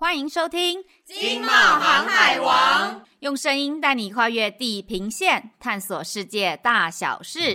欢迎收听《 经贸航海王》， 用声音带你跨越地平线，探索世界大小事。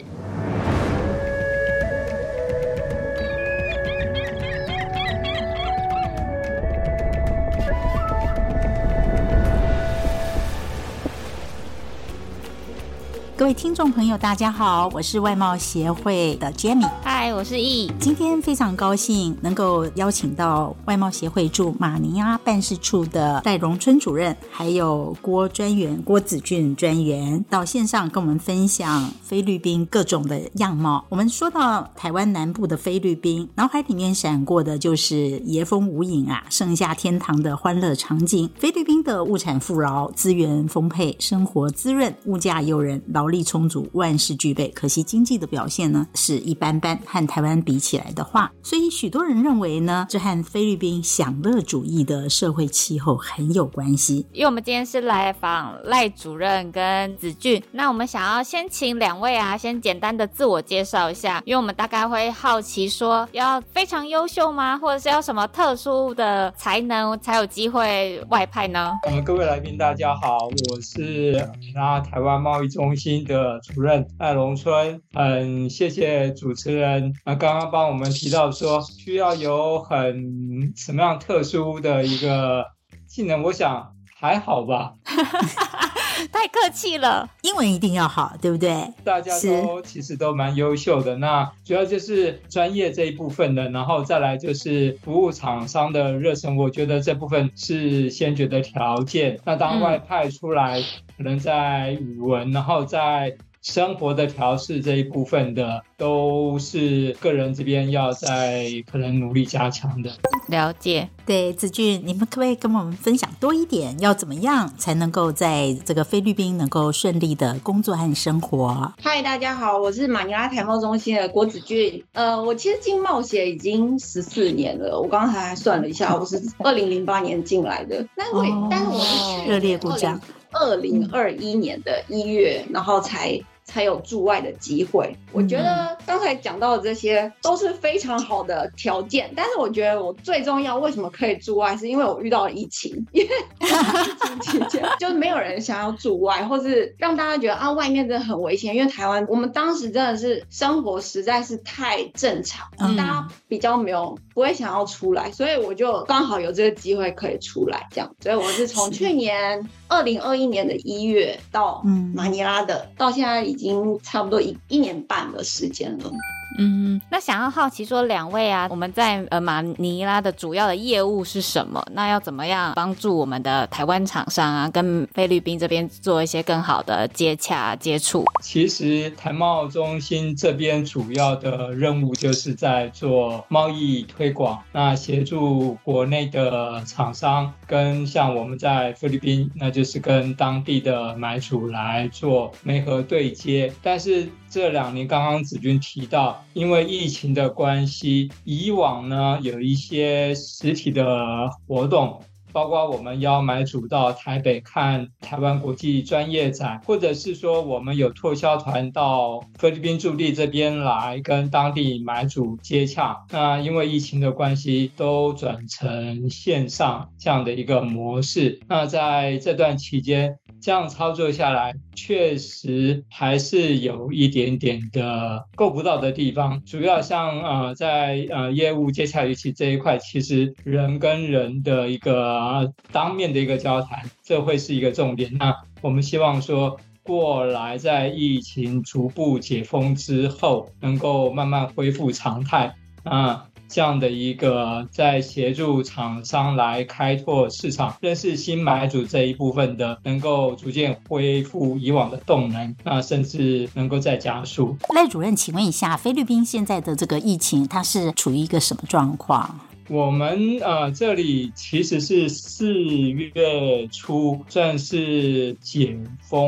各位听众朋友大家好，我是外贸协会的 Jamie。 嗨，我是易。 今天非常高兴能够邀请到外贸协会驻马尼拉办事处的戴荣春主任，还有郭子俊专员到线上跟我们分享菲律宾各种的样貌。我们说到台湾南部的菲律宾，脑海里面闪过的就是椰风无影啊，盛夏天堂的欢乐场景。菲律宾的物产富饶，资源丰沛，生活滋润，物价诱人，劳力充足，万事俱备。可惜经济的表现呢是一般般，和台湾比起来的话，所以许多人认为呢，这和菲律宾享乐主义的社会气候很有关系。 因为我们今天是来访赖主任跟子俊，那我们想要先请两位先简单的自我介绍一下，因为我们大概会好奇说，要非常优秀吗？或者是要什么特殊的才能才有机会外派呢？ 各位来宾大家好，我是台湾贸易中心的主任赖荣春。很谢谢主持人刚刚帮我们提到说需要有什么样特殊的一个技能，我想还好吧。 太客气了， 英文一定要好，对不对？ 大家都其实都蛮优秀的，那主要就是专业这一部分的，然后再来就是服务厂商的热忱，我觉得这部分是先决的条件。那当外派出来，可能在语文，然后在生活的调试这一部分的，都是个人这边要在可能努力加强的。 了解。 对，子俊，你们可不可以跟我们分享多一点，要怎么样才能够在这个菲律宾能够顺利的工作和生活？ 嗨，大家好，我是马尼拉台贸中心的郭子俊。我其实进贸协已经14年了，我刚才还算了一下，我是2008年进来的。但是我是去热烈鼓掌。 2021年的1月，然后才有驻外的机会。我觉得刚才讲到的这些都是非常好的条件，但是我觉得我最重要为什么可以驻外，是因为我遇到了疫情。因为疫情期间就没有人想要驻外，或是让大家觉得外面真的很危险。因为台湾我们当时真的是生活实在是太正常，大家比较不会想要出来，所以我就刚好有这个机会可以出来这样。所以我是从去年2021年的1月到马尼拉的，到现在已经差不多一年半的时间了。 那想要好奇说，两位我们在马尼拉的主要的业务是什么？那要怎么样帮助我们的台湾厂商跟菲律宾这边做一些更好的接洽接触？ 其实台贸中心这边主要的任务就是在做贸易推广，那协助国内的厂商跟像我们在菲律宾，那就是跟当地的买主来做媒合对接。但是这2年刚刚子君提到，因为疫情的关系，以往呢有一些实体的活动，包括我们邀买主到台北看台湾国际专业展，或者是说我们有拓销团到菲律宾驻地这边来跟当地买主接洽。那因为疫情的关系，都转成线上这样的一个模式。那在这段期间，这样操作下来，确实还是有一点点的够不到的地方。主要像在业务接洽，尤其这一块，其实人跟人的一个当面的一个交谈，这会是一个重点。那我们希望说，过来在疫情逐步解封之后，能够慢慢恢复常态。这样的一个在协助厂商来开拓市场、认识新买主这一部分的，能够逐渐恢复以往的动能，那甚至能够再加速。 赖主任，请问一下，菲律宾现在的这个疫情，它是处于一个什么状况？ 我们这里其实是4月初算是解封，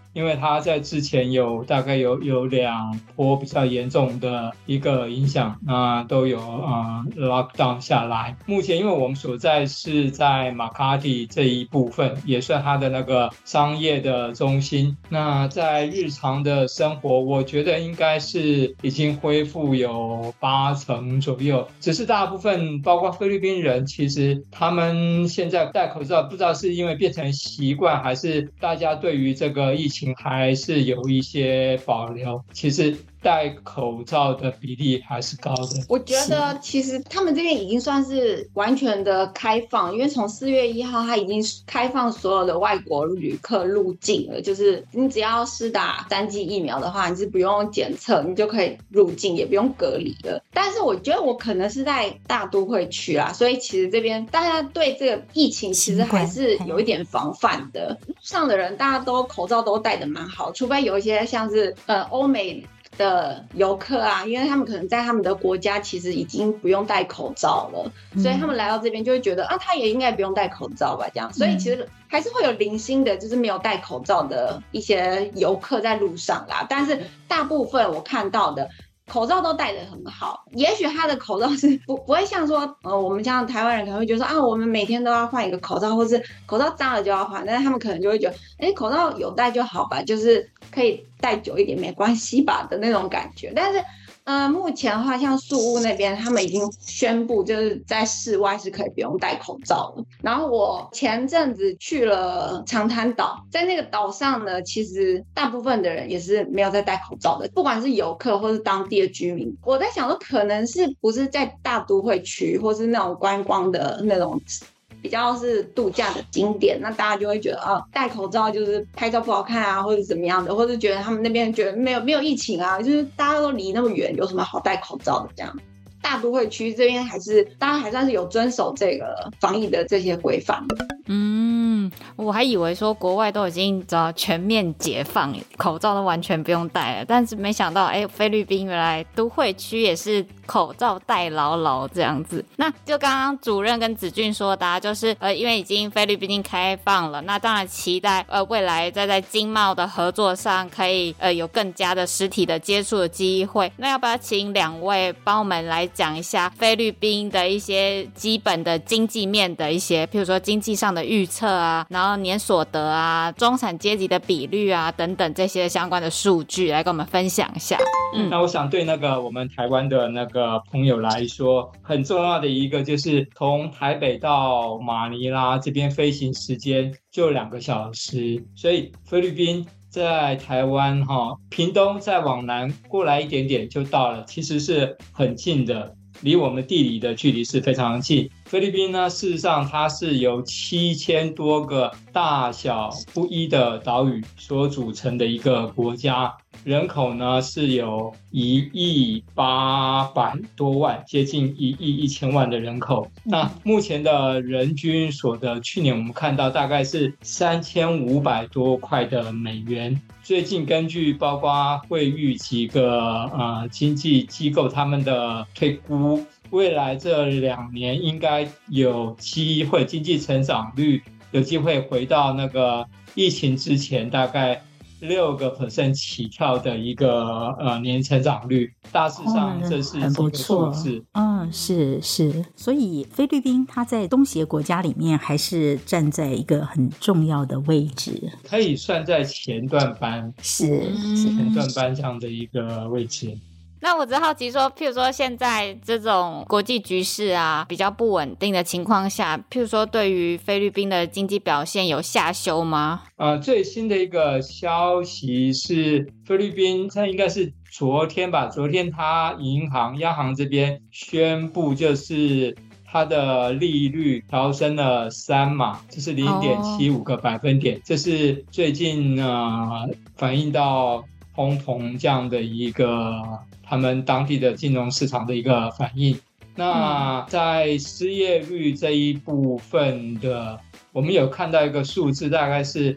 因为它在之前大概有2波比较严重的一个影响，都有lockdown 下来。目前因为我们所在是在马卡蒂这一部分，也算它的那个商业的中心。那在日常的生活，我觉得应该是已经恢复有80%左右。只是大部分包括菲律宾人，其实他们现在戴口罩，不知道是因为变成习惯，还是大家对于这个疫情还是有一些保留。其实戴口罩的比例还是高的。 我觉得其实他们这边已经算是完全的开放，因为从4月1号他已经开放所有的外国旅客入境了，就是你只要施打3剂疫苗的话，你是不用检测，你就可以入境，也不用隔离了。但是我觉得我可能是在大都会区啦，所以其实这边大家对这个疫情其实还是有一点防范的。路上的人大家都口罩都戴得蛮好，除非有一些像是欧美的游客啊，因为他们可能在他们的国家其实已经不用戴口罩了，所以他们来到这边就会觉得他也应该不用戴口罩吧，这样。所以其实还是会有零星的就是没有戴口罩的一些游客在路上啦，但是大部分我看到的口罩都戴得很好。也许他的口罩是不会像说我们像台湾人可能会觉得说我们每天都要换一个口罩，或是口罩脏了就要换，但是他们可能就会觉得口罩有戴就好吧，就是可以戴久一点没关系吧的那种感觉。但是目前的话，像宿务那边他们已经宣布就是在室外是可以不用戴口罩了。然后我前阵子去了长滩岛，在那个岛上呢，其实大部分的人也是没有在戴口罩的，不管是游客或是当地的居民。我在想说可能是不是在大都会区或是那种观光的那种比较是度假的景点，那大家就会觉得戴口罩就是拍照不好看啊，或者怎么样的，或者觉得他们那边觉得没有疫情啊，就是大家都离那么远，有什么好戴口罩的这样。大都会区这边大家还算是有遵守这个防疫的这些规范。 我还以为说国外都已经全面解放，口罩都完全不用戴了，但是没想到菲律宾原来都会区也是口罩戴牢牢这样子。那就刚刚主任跟子俊说的就是因为已经菲律宾开放了，那当然期待未来在经贸的合作上可以有更加的实体的接触的机会。那要不要请2位帮我们来讲一下菲律宾的一些基本的经济面的一些，譬如说经济上的预测啊，然后年所得啊，中产阶级的比率啊等等这些相关的数据来跟我们分享一下。 那我想对那个我们台湾的那个朋友来说，很重要的一个就是从台北到马尼拉这边飞行时间就2个小时，所以菲律宾在台湾屏东再往南过来一点点就到了，其实是很近的，离我们地理的距离是非常近。菲律宾呢，事实上它是由7000多个大小不一的岛屿所组成的一个国家，人口呢是有1.8亿多万，接近1.1亿的人口。那目前的人均所得，去年我们看到大概是3500多块的美元。最近根据包括惠誉几个经济机构他们的推估，未来这2年应该有机会经济成长率有机会回到那个疫情之前大概6% 起跳的一个年成长率，大致上这是很不错。是，所以菲律宾它在东协国家里面还是站在一个很重要的位置， 可以算在前段班， 是前段班这样的一个位置。 那我只好奇说，譬如说现在这种国际局势啊比较不稳定的情况下，譬如说对于菲律宾的经济表现有下修吗？ 最新的一个消息是菲律宾，它应该是昨天吧，昨天它央行这边宣布，就是它的利率调升了3码，这是0.75个百分点，这是最近反映到通膨这样的一个他们当地的金融市场的一个反应。那在失业率这一部分的，我们有看到一个数字，大概是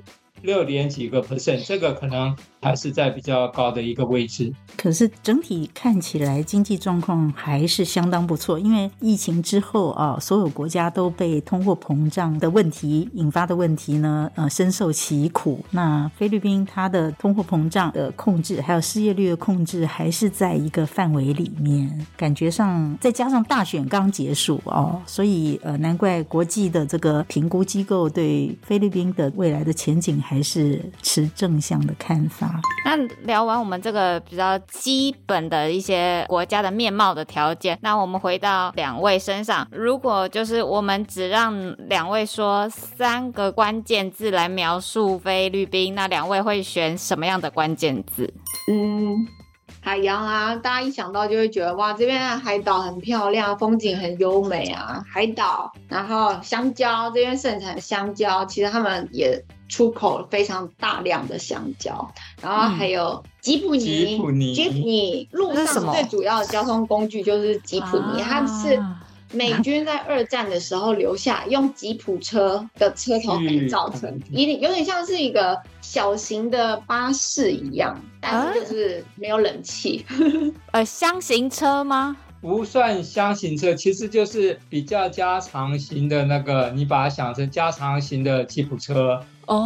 6点几个%，这个可能还是在比较高的一个位置。 可是整体看起来经济状况还是相当不错，因为疫情之后啊，所有国家都被通货膨胀的问题引发的问题呢，深受其苦。那菲律宾它的通货膨胀的控制还有失业率的控制还是在一个范围里面，感觉上再加上大选刚结束哦，所以难怪国际的这个评估机构对菲律宾的未来的前景还是持正向的看法。 那聊完我们这个比较基本的一些国家的面貌的条件，那我们回到两位身上，如果就是我们只让两位说3个关键字来描述菲律宾，那两位会选什么样的关键字？ 海洋啊，大家一想到就会觉得哇，这边的海岛很漂亮，风景很优美啊，海岛。然后香蕉，这边盛产香蕉，其实他们也出口非常大量的香蕉。然后还有吉普尼，路上最主要的交通工具就是吉普尼，它是美军在2战的时候留下用吉普车的车头改造成，有点像是一个小型的巴士一样，但是就是没有冷气。 箱型车吗？ 不算箱型车，其实就是比较加长型的那个，你把它想成加长型的吉普车。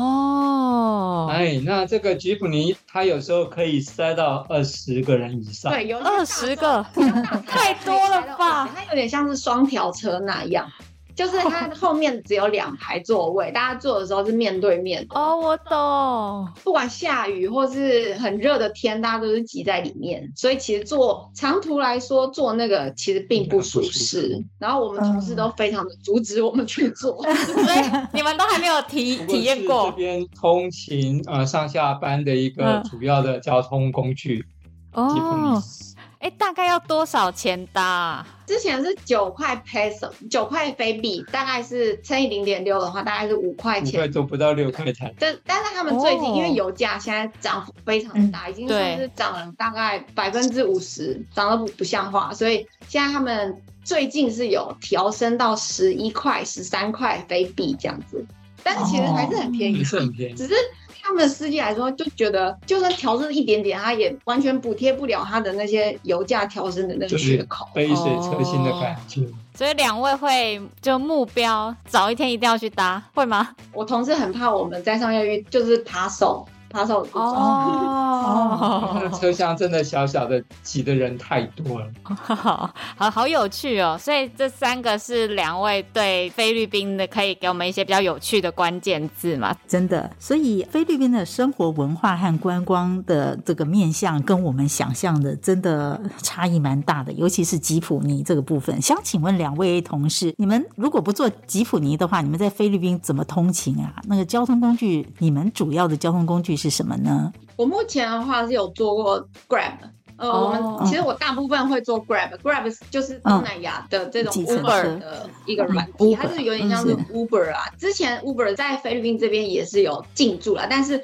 那这个吉普尼它有时候可以塞到20个人以上。 对，有 20个，太多了吧？ 它有点像是双条车那样。就是它后面只有2排座位，大家坐的时候是面对面的。 我懂。 不管下雨或是很热的天，大家都是挤在里面，所以其实坐长途来说，坐那个其实并不舒适。然后我们同事都非常的阻止我们去坐， 所以你们都还没有体验过。 这边通勤上下班的一个主要的交通工具。吉普尼。 大概要多少钱搭？ 之前是9块 peso， 9块菲币，大概是乘以0.6的话，大概是5块钱，5 块都不到6块台。 但是他们最近因为油价现在涨幅非常大，已经算是涨了大概50%，涨得不像话，所以现在他们最近是有调升到11块、13块菲币这样子，但是其实还是很便宜， 是很便宜， 只是。他们的司机来说就觉得就算调升一点点，他也完全补贴不了他的那些油价调升的那个缺口， 杯水车薪的感觉。 所以两位会就目标早一天一定要去搭，会吗？ 我同事很怕我们在上月就是扒手的步骤。 车厢真的小小的，挤的人太多了。 好有趣哦！所以这3个是两位对菲律宾的可以给我们一些比较有趣的关键字嘛？ 真的，所以菲律宾的生活文化和观光的这个面向跟我们想象的真的差异蛮大的，尤其是吉普尼这个部分。想请问两位同事，你们如果不坐吉普尼的话，你们在菲律宾怎么通勤啊？那个交通工具，你们主要的交通工具是什么呢？ 我目前的话是有做过 Grab， 其实我大部分会做 Grab 就是东南亚的这种 Uber 的一个软体，它是有点像是 Uber 啊。之前 Uber 在菲律宾这边也是有进驻啦，但是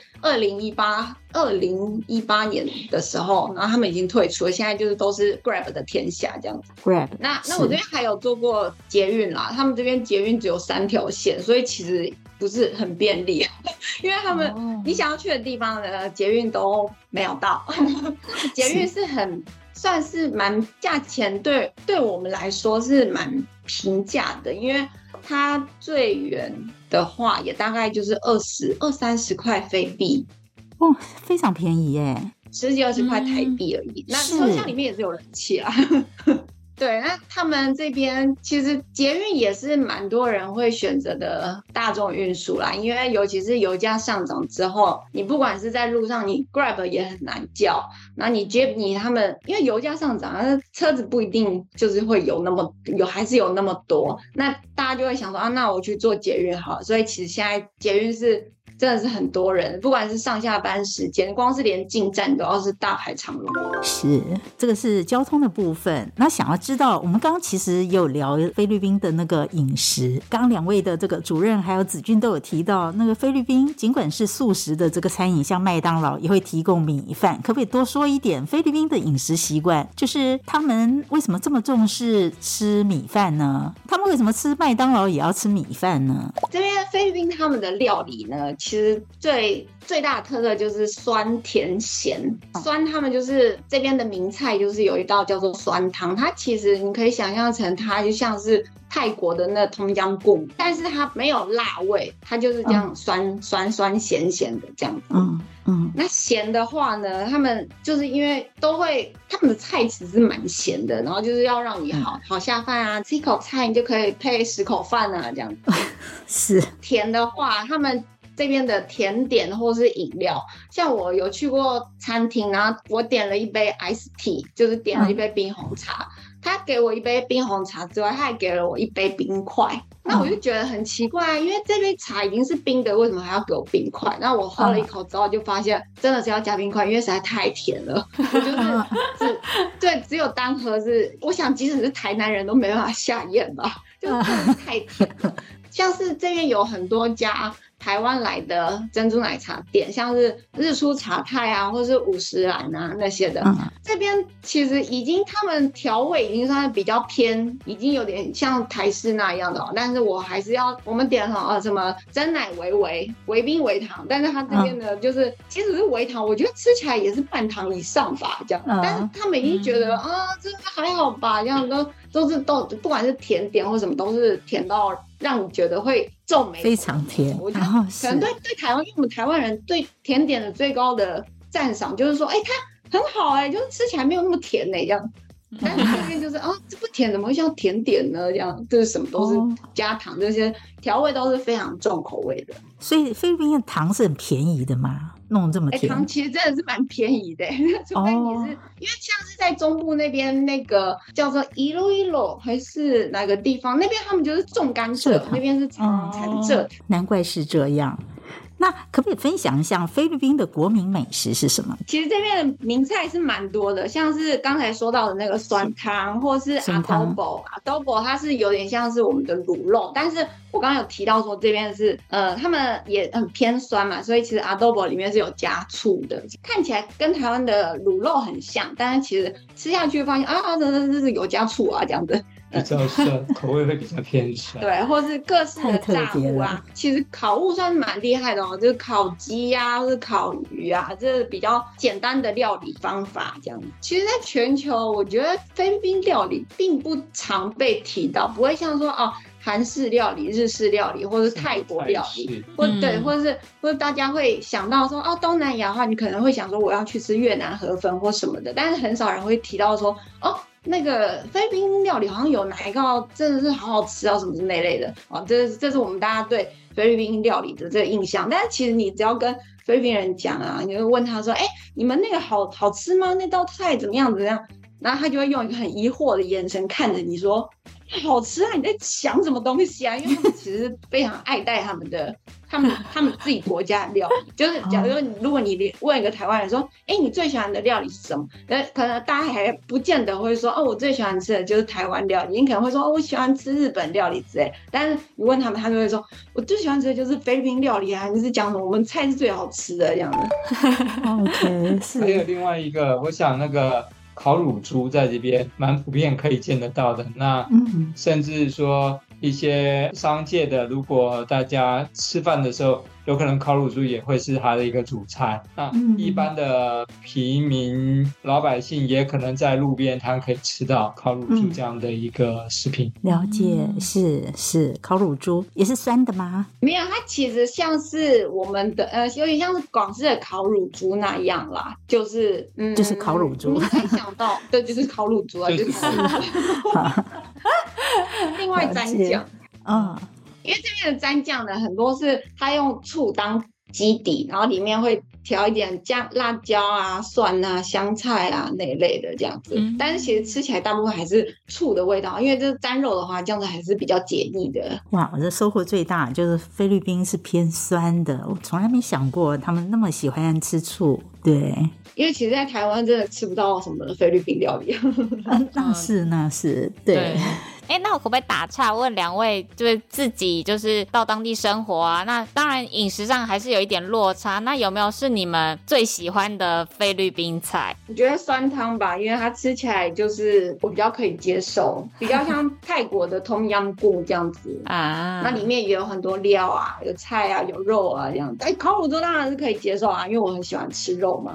2018年的时候，然后他们已经退出了，现在就是都是 Grab 的天下这样子。 Grab， 那我这边还有做过捷运啦，他们这边捷运只有3条线，所以其实不是很便利，因为他们你想要去的地方的捷运都没有到。捷运是算是蛮价钱对我们来说是蛮平价的，因为它最远的话也大概就是20-30块菲币， 非常便宜耶 ，10几20块台币而已。那车厢里面也是有冷气啦。对，那他们这边其实捷运也是蛮多人会选择的大众运输啦，因为尤其是油价上涨之后，你不管是在路上，你 Grab 也很难叫，那你 Jeepney 他们因为油价上涨，车子不一定就是会还是有那么多，那大家就会想说那我去坐捷运好了，所以其实现在捷运是真的是很多人，不管是上下班时间，光是连进站都要是大排长龙。 是，这个是交通的部分。那想要知道，我们刚刚其实也有聊菲律宾的那个饮食，刚刚两位的这个主任还有子俊都有提到，那个菲律宾尽管是素食的这个餐饮，像麦当劳也会提供米饭，可不可以多说一点菲律宾的饮食习惯？就是他们为什么这么重视吃米饭呢？他们为什么吃麦当劳也要吃米饭呢？ 这边菲律宾他们的料理呢，其其实最大的特色就是酸甜咸。酸他们就是这边的名菜，就是有一道叫做酸汤，它其实你可以想象成它就像是泰国的那tom yum goong，但是它没有辣味，它就是这样酸咸咸的这样子。那咸的话呢，他们就是因为他们的菜其实是蛮咸的，然后就是要让你好下饭啊，吃一口菜你就可以配10口饭啊这样子。 是。 甜的话，他们这边的甜点或是饮料，像我有去过餐厅，然后我点了一杯 iced tea， 就是点了一杯冰红茶，他给我一杯冰红茶之外，他还给了我一杯冰块。那我就觉得很奇怪，因为这杯茶已经是冰的，为什么还要给我冰块？那我喝了一口之后就发现真的是要加冰块，因为实在太甜了。我就是对，只有单喝是，我想即使是台南人都没办法下咽吧，就是真的太甜了。像是这边有很多家台湾来的珍珠奶茶店，像是日出茶太啊，或是50兰啊那些的，这边其实他们调味已经算是比较偏，已经有点像台式那样的但是我们点什么珍奶微冰微糖，但是它这边的就是即使是微糖，我觉得吃起来也是半糖以上吧，这样，但是他们已经觉得这个还好吧，这样都不管是甜点或什么都是甜到让你觉得会皱眉头， 非常甜。 我觉得可能对台湾，因为我们台湾人对甜点的最高的赞赏就是说，它很好就是吃起来没有那么甜这样。但是这边就是这不甜怎么会像甜点呢？这样就是什么都是加糖，这些调味都是非常重口味的。 所以菲律宾的糖是很便宜的吗？弄这么甜？ 糖其实真的是蛮便宜的，除非你是因为像是在中部那边那个叫做伊洛伊洛还是哪个地方，那边他们就是种甘蔗，那边是产蔗。 难怪是这样。那可不可以分享一下菲律宾的国民美食是什么？ 其实这边的名菜是蛮多的，像是刚才说到的那个酸汤，或是 adobo 它是有点像是我们的卤肉，但是我刚刚有提到说这边是他们也很偏酸嘛，所以其实 adobo 里面是有加醋的，看起来跟台湾的卤肉很像，但是其实吃下去发现这是有加醋这样子。 比较酸，口味会比较偏酸。 对，或是各式的炸物其实烤物算是蛮厉害的就是烤鸡或是烤鱼这是比较简单的料理方法这样子。其实在全球我觉得菲律宾料理并不常被提到，不会像说韩式料理、日式料理，或是泰国料理，或者大家会想到说东南亚的话，你可能会想说我要去吃越南河粉或什么的，但是很少人会提到说那个菲律宾料理好像有哪一个真的是好好吃什么是那类的这是我们大家对菲律宾料理的这个印象。但是其实你只要跟菲律宾人讲你就问他说你们那个好吃吗？那道菜怎么样？然后他就会用一个很疑惑的眼神看着你说好吃你在想什么东西因为他们其实非常爱戴他们自己国家的料理就是假如如果你问一个台湾人说你最喜欢的料理是什么，可能大家还不见得会说我最喜欢吃的就是台湾料理，你可能会说我喜欢吃日本料理之类，但是你问他们，他就会说我最喜欢吃的就是菲律宾料理你是讲什么我们菜是最好吃的这样的。 OK， 是。 还有另外一个，我想那个烤乳猪在这边蛮普遍可以见得到的，那甚至说一些商界的，如果大家吃饭的时候有可能烤乳猪也会是它的一个主菜。那一般的平民老百姓也可能在路边摊可以吃到烤乳猪这样的一个食品。 了解，是烤乳猪也是酸的吗？ 没有，它其实像是我们的有点像是广式的烤乳猪那样啦，就是就是烤乳猪。 你可以想到对，就是烤乳猪就是烤乳猪。另外蘸酱因为这边的蘸酱呢，很多是它用醋当基底，然后里面会调一点辣椒蒜香菜那一类的这样子，但是其实吃起来大部分还是醋的味道，因为这蘸肉的话这样子还是比较解腻的。 哇，我的收获最大就是菲律宾是偏酸的，我从来没想过他们那么喜欢吃醋。对， 因为其实在台湾真的吃不到什么菲律宾料理。 那是对那我可不可以打岔问两位，就是自己就是到当地生活啊，那当然饮食上还是有一点落差，那有没有是你们最喜欢的菲律宾菜？ 我觉得酸汤吧，因为它吃起来就是我比较可以接受，比较像泰国的 Tom Yum Goong 这样子啊，那里面也有很多料啊，有菜啊，有肉啊这样。烤乳猪当然是可以接受啊，因为我很喜欢吃肉嘛。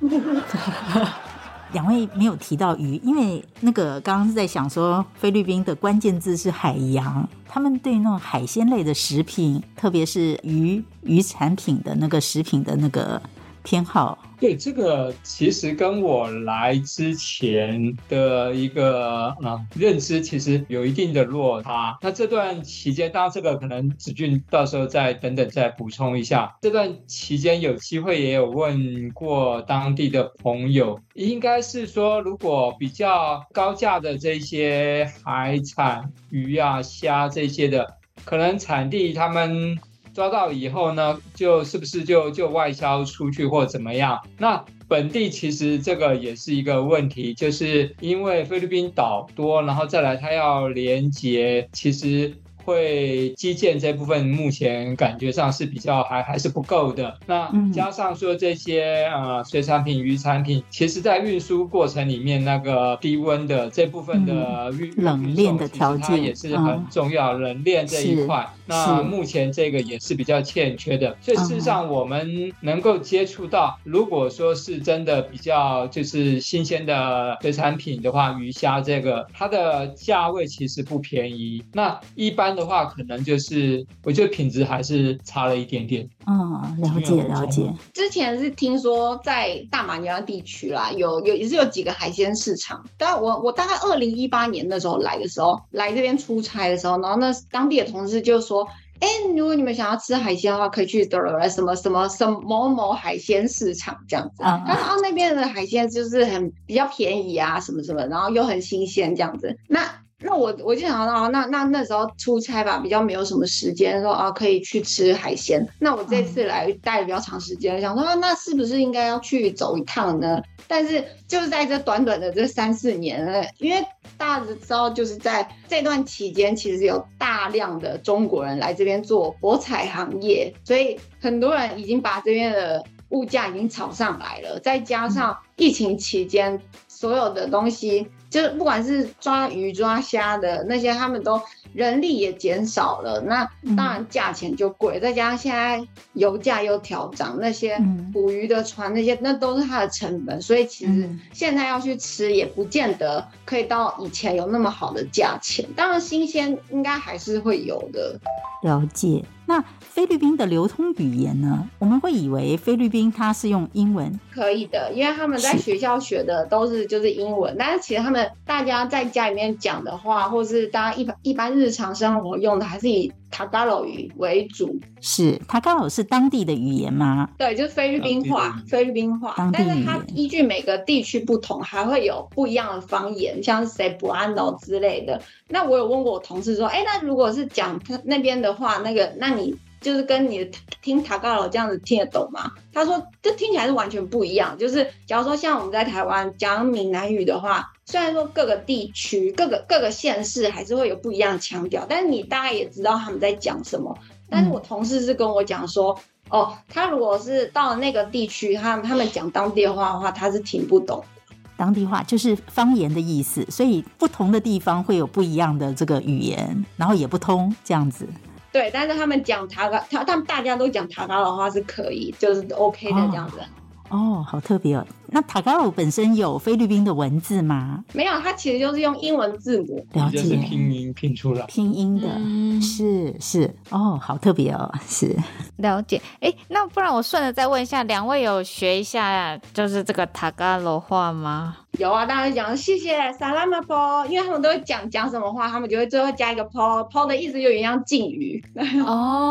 两位没有提到鱼，因为那个刚刚是在想说菲律宾的关键字是海洋，他们对那种海鲜类的食品，特别是鱼产品的那个食品的那个偏好。 对，这个其实跟我来之前的一个认知其实有一定的落差。那这段期间，当然这个可能子俊到时候再等等再补充一下。这段期间有机会也有问过当地的朋友，应该是说如果比较高价的这些海产鱼啊虾这些的，可能产地他们抓到以后呢，就是不是就外销出去或怎么样？那本地其实这个也是一个问题，就是因为菲律宾岛多，然后再来它要连接，其实会基建这部分目前感觉上是比较还是不够的。那加上说这些水产品、渔产品，其实在运输过程里面那个低温的这部分的冷链的条件， 它也是很重要。冷链这一块，那目前这个也是比较欠缺的。所以事实上我们能够接触到，如果说是真的比较就是新鲜的水产品的话，鱼虾这个它的价位其实不便宜。那一般的话可能就是我觉得品质还是差了一点点。 了解。 之前是听说在大马尼拉地区啦，也是有几个海鲜市场。但我大概2018年的时候来这边出差的时候，然后那当地的同事就说，如果你们想要吃海鲜的话，可以去什么某某海鲜市场这样子。然后那边的海鲜就是比较便宜啊，什么什么，然后又很新鲜这样子。那我就想到，那时候出差吧，比较没有什么时间，说可以去吃海鲜。那我这次来待比较长时间，想说那是不是应该要去走一趟呢？但是就是在这短短的这3-4年，因为大家知道，就是在这段期间，其实有大量的中国人来这边做博彩行业，所以很多人已经把这边的物价已经炒上来了。再加上疫情期间，所有的东西，就是不管是抓鱼抓虾的那些，他们都人力也减少了，那当然价钱就贵。再加上现在油价又调涨，那些捕鱼的船那些，那都是它的成本，所以其实现在要去吃也不见得可以到以前有那么好的价钱。当然新鲜应该还是会有的。 了解。那菲律宾的流通语言呢？我们会以为菲律宾它是用英文， 可以的，因为他们在学校学的都是就是英文，但是其实大家在家里面讲的话，或是大家一般日常生活用的，还是以Tagalog 语为主。 是Tagalog是当地的语言吗？ 对，就是菲律宾话。但是它依据每个地区不同，还会有不一样的方言，像是 Cebuano 之类的。那我有问过我同事说，那如果是讲那边的话，那你就是跟你听Tagalog这样子听得懂吗？他说这听起来是完全不一样。就是假如说像我们在台湾讲闽南语的话，虽然说各个地区各个县市还是会有不一样的腔调，但是你大概也知道他们在讲什么。但是我同事是跟我讲说，他如果是到了那个地区，他们讲当地话的话，他是听不懂。 当地话就是方言的意思，所以不同的地方会有不一样的这个语言，然后也不通这样子。 对，但是他们讲他们大家都讲塔嘎的话是可以，就是 OK 的这样子。 好特别哦。那Tagalog本身有菲律宾的文字吗？ 没有，它其实就是用英文字母， 了解， 就是拼音拼出来， 拼音的，是好特别哦，是了解。那不然我顺着再问一下，两位有学一下就是这个Tagalog话吗？ 有啊，大家讲谢谢 Salamat po， 因为他们都会讲什么话，他们就会最后加一个 po 的意思就有点像敬语。然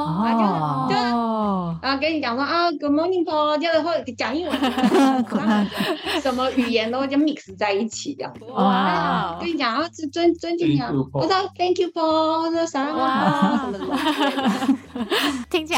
后跟你讲说Good morning po， 就是会讲英文，什么语言都就 mix 在一起这样子。哇，跟你讲是尊敬讲，我说 Thank you po， 说 Salamat po 什么什么。 听起来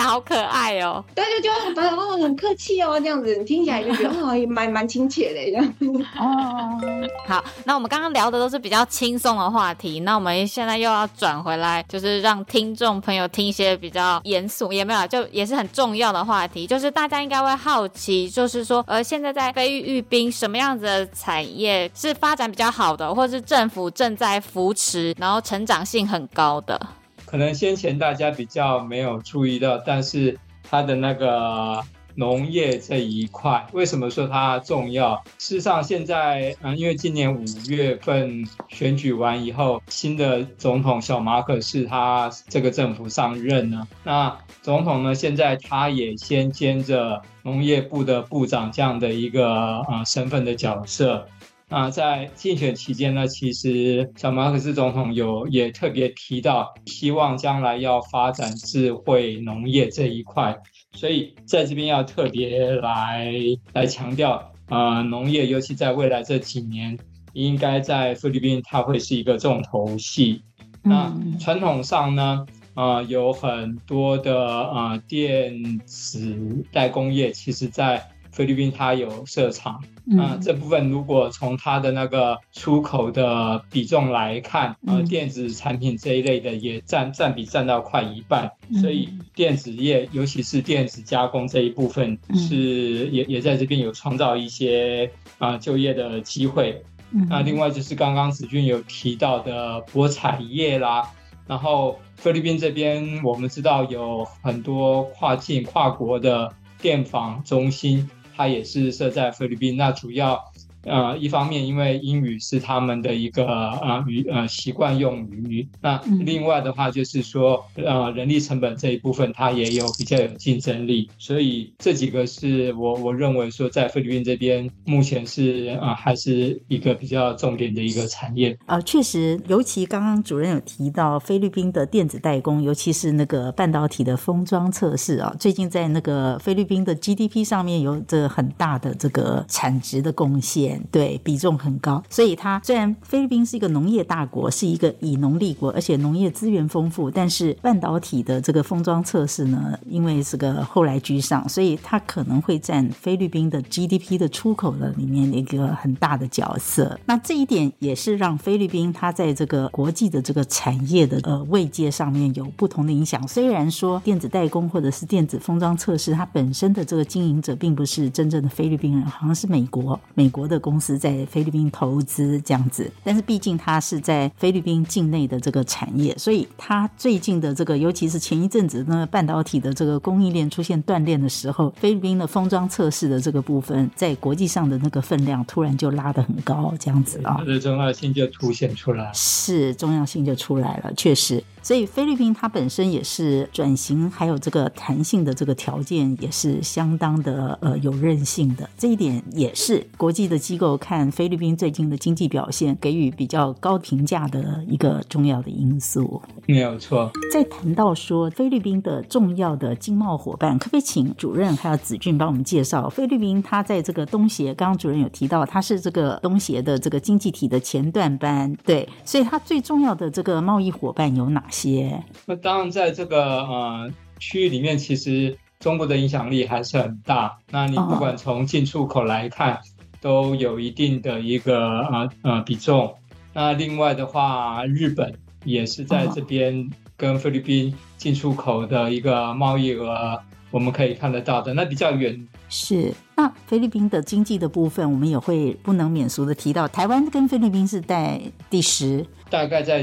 好可爱哦。 对，就觉得很客气哦，这样子你听起来就觉得也蛮亲切的这样。 哦，好，那我们刚刚聊的都是比较轻松的话题，那我们现在又要转回来，就是让听众朋友听一些比较严肃，也没有，就也是很重要的话题，就是大家应该会好奇，就是说现在在菲律宾什么样子的产业是发展比较好的，或是政府正在扶持，然后成长性很高的。 可能先前大家比较没有注意到，但是它的那个农业这一块，为什么说它重要？事实上，现在因为今年5月份选举完以后，新的总统小马可仕他这个政府上任了。那总统呢，现在他也先兼着农业部的部长这样的一个身份的角色。那在竞选期间呢，其实小马可仕总统也特别提到，希望将来要发展智慧农业这一块，所以在这边要特别来强调，农业尤其在未来这几年，应该在菲律宾它会是一个重头戏。那传统上呢，有很多的电子代工业，其实在菲律宾它有设厂。这部分如果从它的那个出口的比重来看，电子产品这一类的也占比占到快一半，所以电子业尤其是电子加工这一部分是也在这边有创造一些就业的机会。那另外就是刚刚子俊有提到的博彩业啦，然后菲律宾这边我们知道有很多跨国的电访中心，它也是设在菲律宾。那主要一方面因为英语是他们的一个习惯用语，那另外的话就是说人力成本这一部分它也比较有竞争力，所以这几个是我认为说在菲律宾这边目前是还是一个比较重点的一个产业。 确实，尤其刚刚主任有提到菲律宾的电子代工，尤其是那个半导体的封装测试最近在那个菲律宾的 GDP 上面有着很大的这个产值的贡献，对，比重很高。所以它虽然菲律宾是一个农业大国，是一个以农立国，而且农业资源丰富，但是半导体的这个封装测试呢，因为是个后来居上，所以它可能会占菲律宾的 GDP 的出口的里面一个很大的角色。那这一点也是让菲律宾它在这个国际的这个产业的位阶上面有不同的影响。虽然说电子代工或者是电子封装测试它本身的这个经营者并不是真正的菲律宾人，好像是美国的公司在菲律宾投资这样子，但是毕竟它是在菲律宾境内的这个产业，所以它最近的这个尤其是前一阵子那半导体的这个供应链出现断裂的时候，菲律宾的封装测试的这个部分在国际上的那个分量突然就拉得很高这样子它的重要性就凸显出来， 是重要性就出来了，确实。所以菲律宾它本身也是转型还有这个弹性的这个条件也是相当的有韧性的，这一点也是国际的机构看菲律宾最近的经济表现给予比较高评价的一个重要的因素。 没有错。 在谈到说菲律宾的重要的经贸伙伴，可不可以请主任还有子俊帮我们介绍菲律宾它在这个东协，刚刚主任有提到它是这个东协的这个经济体的前段班，对，所以它最重要的这个贸易伙伴有哪些？ 那当然在这个区域里面，其实中国的影响力还是很大，那你不管从进出口来看都有一定的一个比重。那另外的话，日本也是在这边跟菲律宾进出口的一个贸易额我们可以看得到的，那比较远。 是，那菲律宾的经济的部分我们也会不能免俗的提到，台湾跟菲律宾是在第10， 大概在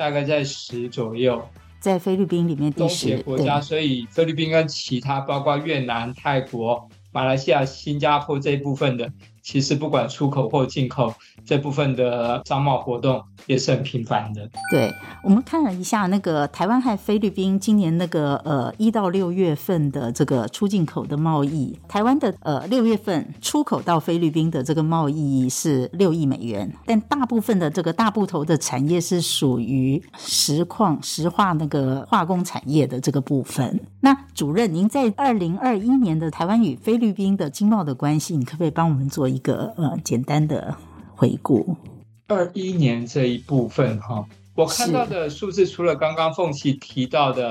10左右， 在菲律宾里面第10， 东协国家，所以菲律宾跟其他包括越南、泰国、马来西亚、新加坡这一部分的，其实不管出口或进口这部分的商贸活动也是很频繁的。 对，我们看了一下那个台湾和菲律宾今年那个1到6月份的这个出进口的贸易，台湾的6月份出口到菲律宾的这个贸易是6亿美元，但大部分的这个大部头的产业是属于石化那个化工产业的这个部分。那主任，您在2021年的台湾与菲律宾的经贸的关系，你可不可以帮我们做一个简单的回顾 ？21年这一部分我看到的数字，除了刚刚凤琪提到的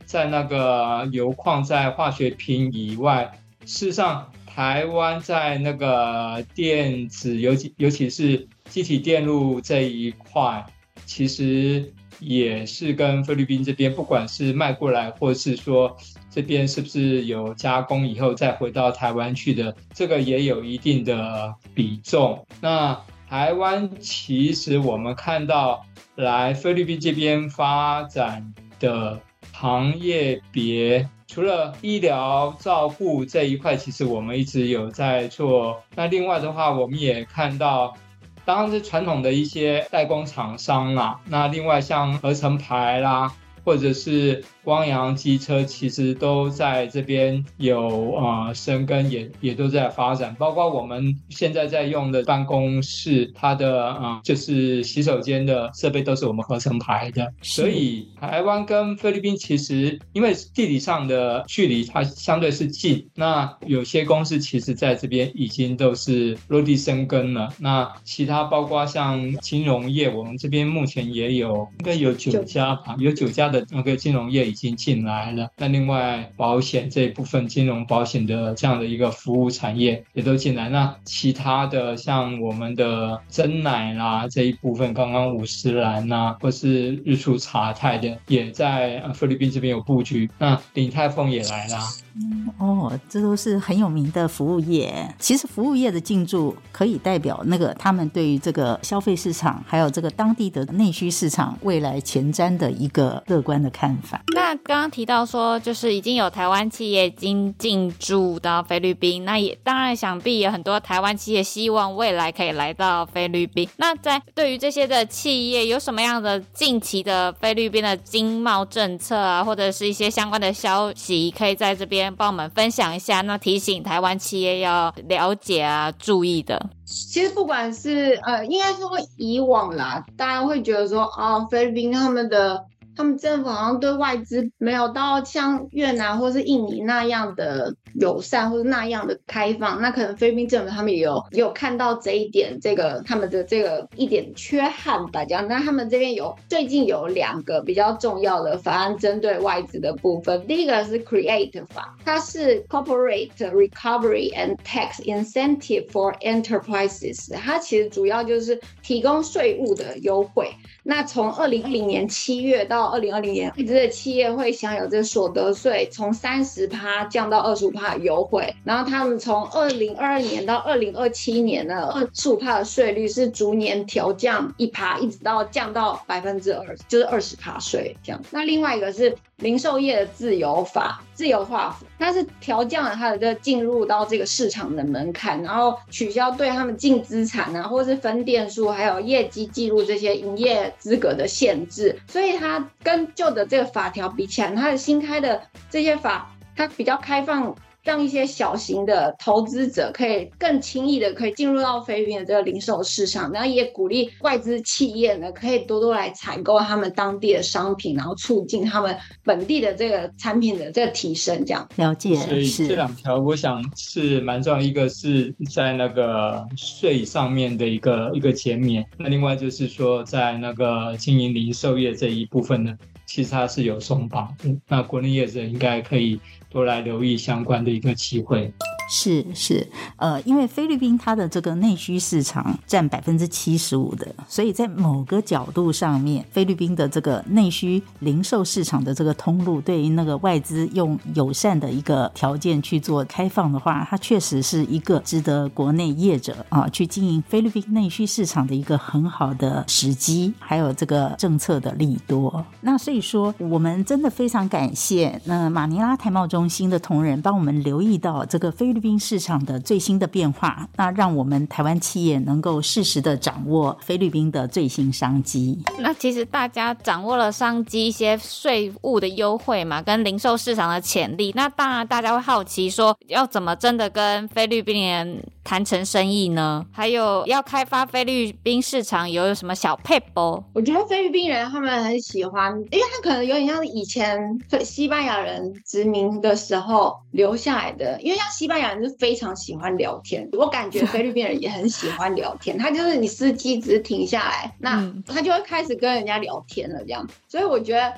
在那个油矿在化学品以外，事实上台湾在那个电子尤其是机体电路这一块，其实也是跟菲律宾这边不管是卖过来，或是说这边是不是有加工以后再回到台湾去的，这个也有一定的比重。那台湾其实我们看到来菲律宾这边发展的行业别，除了医疗照护这一块，其实我们一直有在做。那另外的话，我们也看到当然是传统的一些代工厂商啦，那另外像合成牌啦，或者是光阳机车，其实都在这边有生根，也都在发展。包括我们现在在用的办公室，它的就是洗手间的设备都是我们合成牌的。所以台湾跟菲律宾其实因为地理上的距离它相对是近，那有些公司其实在这边已经都是落地生根了。那其他包括像金融业，我们这边目前也有应该有9家吧，有9家的那个金融业已经进来了。那另外保险这一部分，金融保险的这样的一个服务产业也都进来。那其他的像我们的珍奶啦这一部分，刚刚五十岚啦，或是日出茶太的，也在菲律宾这边有布局。那鼎泰丰也来啦。 这都是很有名的服务业。其实服务业的进驻可以代表那个他们对于这个消费市场还有这个当地的内需市场未来前瞻的一个乐观的看法。 那刚刚提到说就是已经有台湾企业已经进驻到菲律宾，那也当然想必有很多台湾企业希望未来可以来到菲律宾。那在对于这些的企业有什么样的近期的菲律宾的经贸政策啊，或者是一些相关的消息可以在这边帮我们分享一下，那提醒台湾企业要了解啊注意的。 其实不管是应该说以往啦，大家会觉得说菲律宾他们政府好像对外资没有到像越南或是印尼那样的友善或是那样的开放，那可能菲律宾政府他们也有看到这一点，他们的这个一点缺憾吧这样。那他们这边最近有2个比较重要的法案针对外资的部分。第一个是 CREATE 法，它是 Corporate Recovery and Tax Incentive for Enterprises， 它其实主要就是提供税务的优惠。那从2010年7月到2020年，这些企业会享有这所得税从30%降到25%的优惠，然后他们从2022年到2027年的25%的税率是逐年调降1%，一直到降到2%，就是20%税这样。那另外一个是零售业的自由化法，它是调降了它的这进入到这个市场的门槛，然后取消对他们净资产啊，或是分店数还有业绩记录这些营业资格的限制。所以它跟旧的这个法条比起来，它的新开的这些法它比较开放，让一些小型的投资者可以更轻易的可以进入到菲律宾的这个零售市场，然后也鼓励外资企业呢可以多多来采购他们当地的商品，然后促进他们本地的这个产品的这个提升这样。 了解。 所以这2条我想是蛮重要，一个是在那个税上面的一个减免，那另外就是说在那个经营零售业这一部分呢，其实它是有松绑的，那国内业者应该可以多来留意相关的一个机会。 是，因为菲律宾它的这个内需市场占75%的，所以在某个角度上面，菲律宾的这个内需零售市场的这个通路，对于那个外资用友善的一个条件去做开放的话，它确实是一个值得国内业者去经营菲律宾内需市场的一个很好的时机，还有这个政策的利多。那所以说，我们真的非常感谢马尼拉台贸中心的同仁帮我们留意到这个菲律宾市场的最新的变化，那让我们台湾企业能够适时的掌握菲律宾的最新商机。 那其实大家掌握了商机，一些税务的优惠嘛，跟零售市场的潜力，那当然大家会好奇说要怎么真的跟菲律宾人谈成生意呢？还有要开发菲律宾市场有什么小撇步？ 我觉得菲律宾人他们很喜欢，因为他可能有点像以前西班牙人殖民的时候留下来的，因为像西班牙人是非常喜欢聊天，我感觉菲律宾人也很喜欢聊天，他就是你司机只是停下来，那他就会开始跟人家聊天了这样。所以我觉得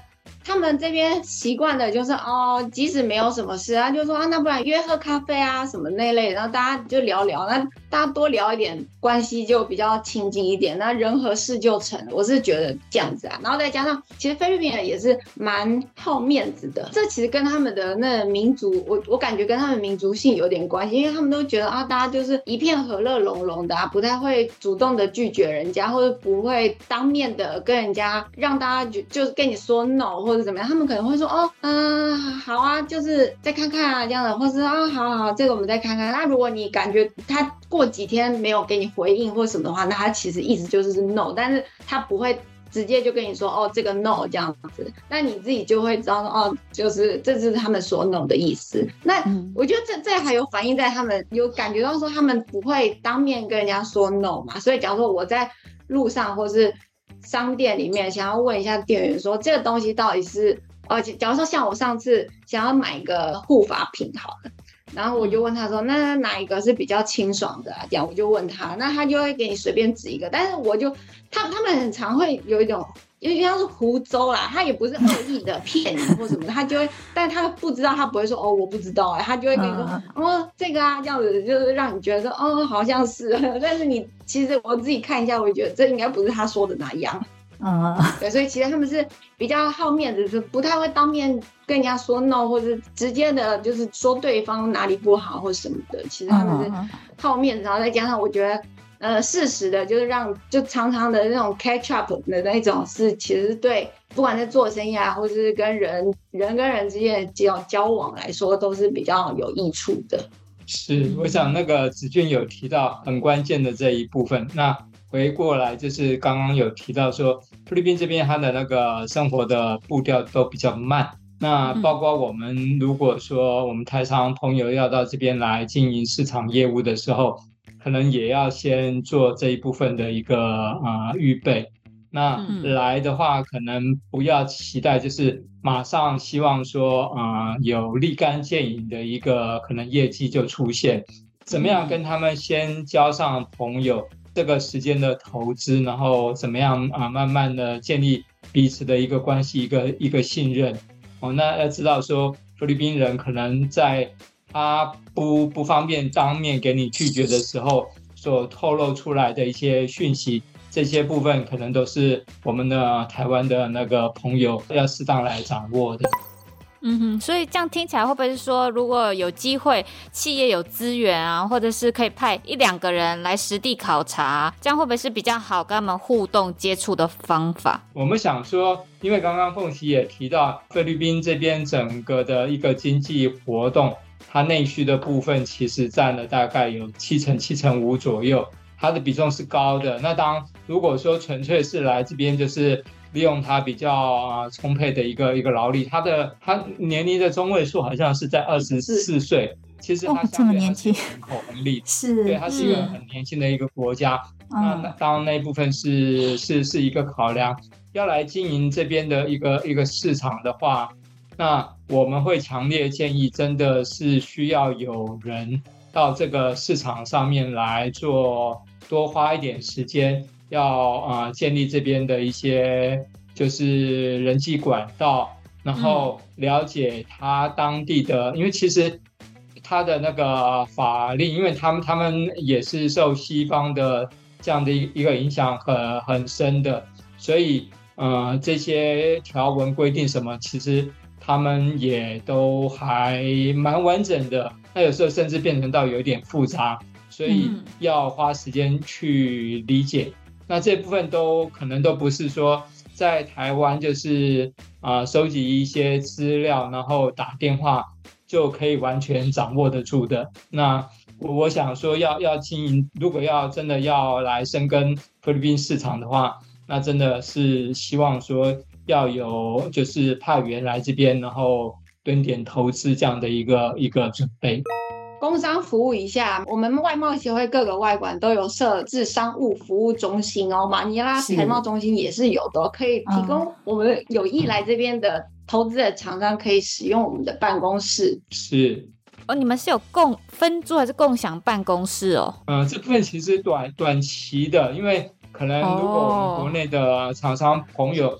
他们这边习惯的就是即使没有什么事就说那不然约喝咖啡什么那类，然后大家就聊聊，那大家多聊一点，关系就比较亲近一点，那人和事就成了。我是觉得这样子然后再加上其实菲律宾人也是蛮好面子的，这其实跟他们的那民族，我感觉跟他们民族性有点关系，因为他们都觉得大家就是一片和乐融融的不太会主动的拒绝人家，或者不会当面的跟人家让大家就是跟你说 no 或者怎么样，他们可能会说好就是再看看这样的，或是好这个我们再看看。那如果你感觉他过几天没有给你回应或什么的话，那他其实意思就是 no， 但是他不会直接就跟你说这个 no 这样子，那你自己就会知道就是这就是他们说 no 的意思。那我觉得这还有反映在他们有感觉到说他们不会当面跟人家说 no 嘛，所以假如说我在路上或是商店里面想要问一下店员说这个东西到底是假如说像我上次想要买一个护发品好了，然后我就问他说那哪一个是比较清爽的这样我就问他，那他就会给你随便指一个，但是他们很常会有一种因为他是胡诌啦，他也不是恶意的骗你或什么，他就会，但他不知道，他不会说我不知道他就会跟你说这个这样子，就是让你觉得说好像是，但是你其实我自己看一下，我觉得这应该不是他说的那样。对，所以其实他们是比较好面子，是不太会当面跟人家说 no， 或者直接的就是说对方哪里不好或什么的。其实他们是好面子，然后再加上我觉得适时的，就是就常常的那种 catch up 的那种是，其实对不管是做生意或是跟人跟人之间的交往来说，都是比较有益处的。 是，我想那个子俊有提到很关键的这一部分。那回过来就是刚刚有提到说，菲律宾这边它的那个生活的步调都比较慢。那包括我们如果说我们台商朋友要到这边来经营市场业务的时候，可能也要先做这一部分的一个预备。那来的话，可能不要期待就是马上希望说有立竿见影的一个可能业绩就出现。怎么样跟他们先交上朋友，这个时间的投资，然后怎么样慢慢的建立彼此的一个关系，一个信任。那要知道说菲律宾人可能在他不方便当面给你拒绝的时候所透露出来的一些讯息，这些部分可能都是我们的台湾的那个朋友要适当来掌握的。 所以这样听起来会不会是说，如果有机会企业有资源或者是可以派1-2个人来实地考察，这样会不会是比较好跟他们互动接触的方法？ 我们想说，因为刚刚凤琪也提到菲律宾这边整个的一个经济活动，它内需的部分其实占了大概有7%-7.5%左右，它的比重是高的。那当如果说纯粹是来这边就是利用它比较充沛的一个劳力，它年龄的中位数好像是在24岁，其实它相对还是有人口红利， 是， 对，它是一个很年轻的一个国家。那当然那一部分是一个考量。要来经营这边的一个市场的话，那我们会强烈建议，真的是需要有人到这个市场上面来做，多花一点时间。要建立这边的一些就是人际管道，然后了解他当地的，因为其实他的那个法令，因为他们也是受西方的这样的一个影响很深的，所以这些条文规定什么，其实他们也都还蛮完整的，那有时候甚至变成到有点复杂，所以要花时间去理解。那这部分可能都不是说在台湾就是收集一些资料，然后打电话就可以完全掌握得住的。那我想说要经营，如果要真的要来深耕菲律宾市场的话，那真的是希望说要有就是派员来这边，然后蹲点投资这样的一个准备。 工商服务一下，我们外贸协会各个外馆都有设置商务服务中心马尼拉台贸中心也是有的，可以提供我们有意来这边的投资的厂商可以使用我们的办公室。 是你们是有分租还是共享办公室这部分其实短期的，因为可能如果我们国内的厂商朋友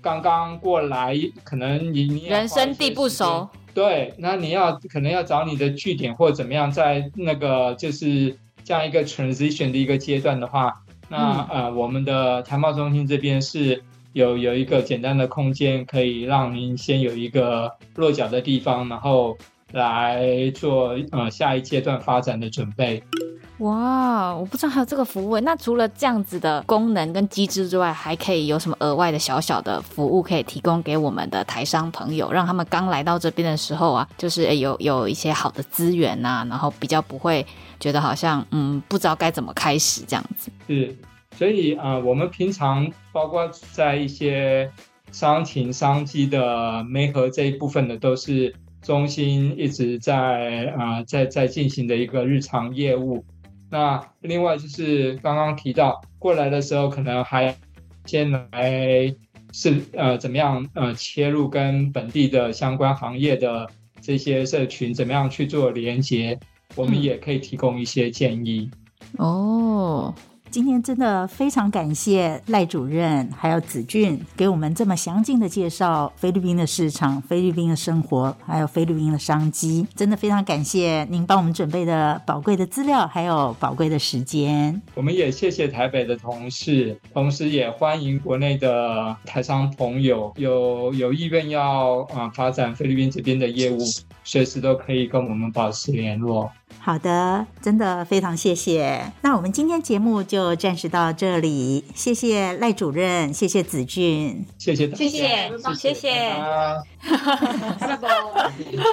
刚刚过来，可能你也人生地不熟， 对，那你可能要找你的据点或怎么样，在那个就是这样一个 transition 的一个阶段的话，那我们的台贸中心这边是有一个简单的空间，可以让您先有一个落脚的地方，然后来做下一阶段发展的准备。 哇，我不知道还有这个服务。那除了这样子的功能跟机制之外，还可以有什么额外的小小的服务可以提供给我们的台商朋友，让他们刚来到这边的时候啊，就是有一些好的资源啊，然后比较不会觉得好像不知道该怎么开始这样子。 是，所以我们平常包括在一些商情商机的媒合这一部分的，都是中心一直在进行的一个日常业务。那另外就是刚刚提到过来的时候，可能还先来是怎么样切入跟本地的相关行业的这些社群怎么样去做连结，我们也可以提供一些建议。 哦，今天真的非常感谢赖主任还有子俊给我们这么详尽的介绍菲律宾的市场、菲律宾的生活还有菲律宾的商机，真的非常感谢您帮我们准备的宝贵的资料还有宝贵的时间。 我们也谢谢台北的同事，同时也欢迎国内的台商朋友有意愿要发展菲律宾这边的业务，随时都可以跟我们保持联络。 好的，真的非常谢谢。那我们今天节目就暂时到这里，谢谢赖主任，谢谢子俊， 谢谢大家， 谢谢， 拜拜。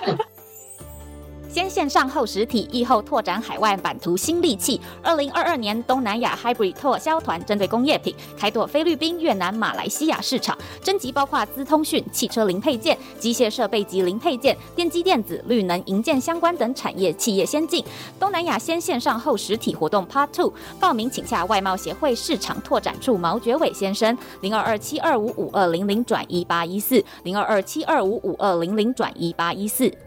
先线上后实体，疫后拓展海外版图新利器。2022年东南亚 Hybrid 拓销团针对工业品开拓菲律宾、越南、马来西亚市场，征集包括资通讯、汽车零配件、机械设备及零配件、电机电子、绿能、营建相关等产业企业先进。东南亚先线上后实体活动 Part 2， 报名请洽外贸协会市场拓展处毛觉伟先生，0227255200-1814，0227255200-1814。